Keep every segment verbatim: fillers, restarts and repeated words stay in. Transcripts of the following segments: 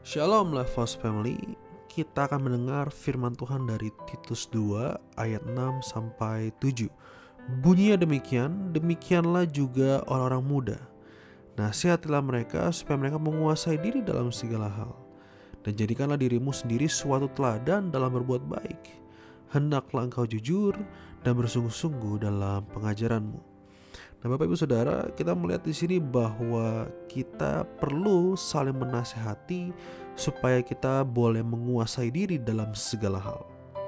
Shalom Lifehouse Family. Kita akan mendengar firman Tuhan dari Titus dua ayat enam sampai tujuh. Bunyinya demikian, demikianlah juga orang-orang muda. Nasihatilah mereka supaya mereka menguasai diri dalam segala hal. Dan jadikanlah dirimu sendiri suatu teladan dalam berbuat baik. Hendaklah engkau jujur dan bersungguh-sungguh dalam pengajaranmu. Nah, Bapak Ibu Saudara, kita melihat di sini bahwa kita perlu saling menasehati supaya kita boleh menguasai diri dalam segala hal.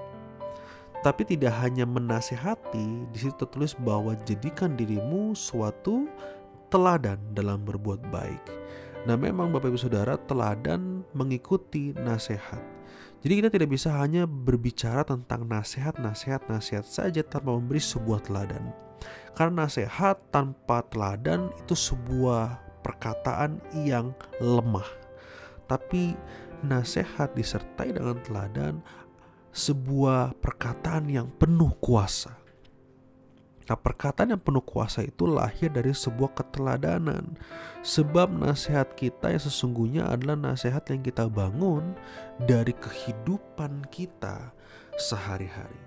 Tapi tidak hanya menasehati, di situ tertulis bahwa jadikan dirimu suatu teladan dalam berbuat baik. Nah, memang Bapak Ibu Saudara, teladan mengikuti nasihat. Jadi kita tidak bisa hanya berbicara tentang nasihat-nasihat-nasihat saja tanpa memberi sebuah teladan. Karena nasihat tanpa teladan itu sebuah perkataan yang lemah. Tapi nasihat disertai dengan teladan sebuah perkataan yang penuh kuasa. Nah, perkataan yang penuh kuasa itu lahir dari sebuah keteladanan. Sebab nasihat kita yang sesungguhnya adalah nasihat yang kita bangun dari kehidupan kita sehari-hari.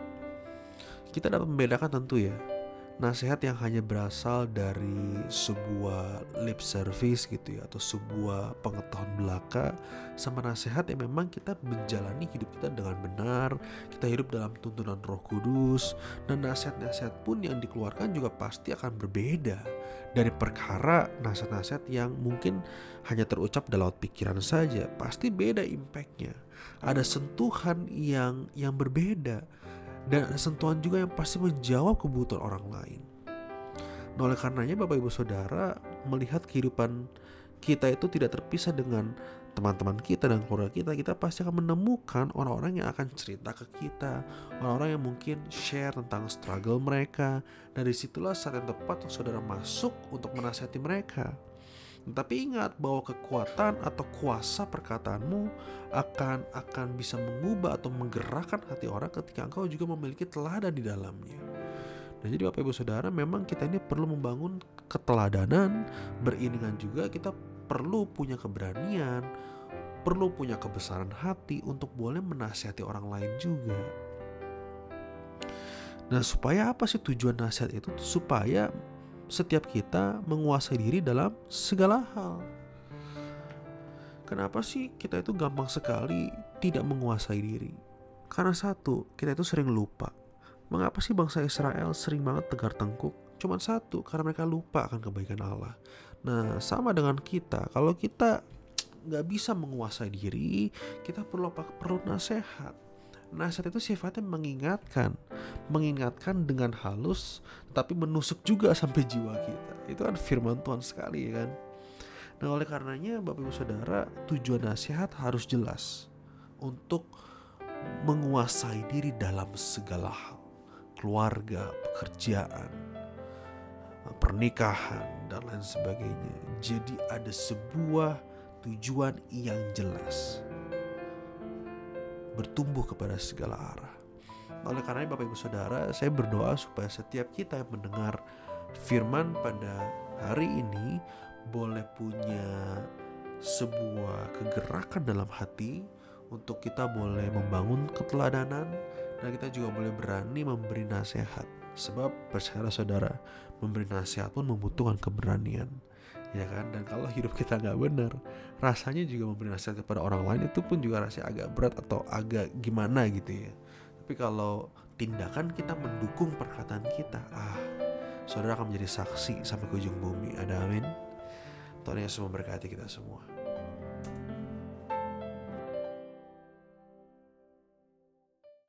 Kita dapat membedakan tentu ya, nasihat yang hanya berasal dari sebuah lip service gitu ya, atau sebuah pengetahuan belaka, sama nasihat yang memang kita menjalani hidup kita dengan benar, kita hidup dalam tuntunan Roh Kudus. Dan nasihat-nasihat pun yang dikeluarkan juga pasti akan berbeda dari perkara nasihat-nasihat yang mungkin hanya terucap dalam pikiran saja. Pasti beda impactnya, ada sentuhan yang yang berbeda. Dan ada sentuhan juga yang pasti menjawab kebutuhan orang lain. Nah, oleh karenanya Bapak Ibu Saudara, melihat kehidupan kita itu tidak terpisah dengan teman-teman kita dan keluarga kita. Kita pasti akan menemukan orang-orang yang akan cerita ke kita, orang-orang yang mungkin share tentang struggle mereka. Dari situlah saat yang tepat untuk saudara masuk untuk menasihati mereka. Tapi ingat bahwa kekuatan atau kuasa perkataanmu akan akan bisa mengubah atau menggerakkan hati orang ketika engkau juga memiliki teladan di dalamnya. Nah, jadi Bapak Ibu Saudara, memang kita ini perlu membangun keteladanan, beriringan juga kita perlu punya keberanian, perlu punya kebesaran hati untuk boleh menasihati orang lain juga. Nah, supaya apa sih tujuan nasihat itu? Supaya setiap kita menguasai diri dalam segala hal. Kenapa sih kita itu gampang sekali tidak menguasai diri? Karena satu, kita itu sering lupa. Mengapa sih bangsa Israel sering banget tegar tengkuk? Cuman satu, karena mereka lupa akan kebaikan Allah. Nah, sama dengan kita. Kalau kita gak bisa menguasai diri, kita perlu apa? Perlu nasihat. Nasihat itu sifatnya mengingatkan, mengingatkan dengan halus, tapi menusuk juga sampai jiwa kita. Itu kan firman Tuhan sekali ya kan. Nah, oleh karenanya Bapak Ibu Saudara, tujuan nasihat harus jelas untuk menguasai diri dalam segala hal, keluarga, pekerjaan, pernikahan dan lain sebagainya. Jadi ada sebuah tujuan yang jelas, bertumbuh kepada segala arah. Oleh karena Bapak Ibu Saudara, saya berdoa supaya setiap kita yang mendengar firman pada hari ini boleh punya sebuah kegerakan dalam hati untuk kita boleh membangun keteladanan, dan kita juga boleh berani memberi nasihat. Sebab percayalah saudara, memberi nasihat pun membutuhkan keberanian, ya kan? Dan kalau hidup kita gak benar, rasanya juga memberi nasihat kepada orang lain itu pun juga rasanya agak berat atau agak gimana gitu ya. Tapi kalau tindakan kita mendukung perkataan kita, ah, saudara akan menjadi saksi sampai ke ujung bumi. Ada amin. Tuhan Yesus memberkati kita semua.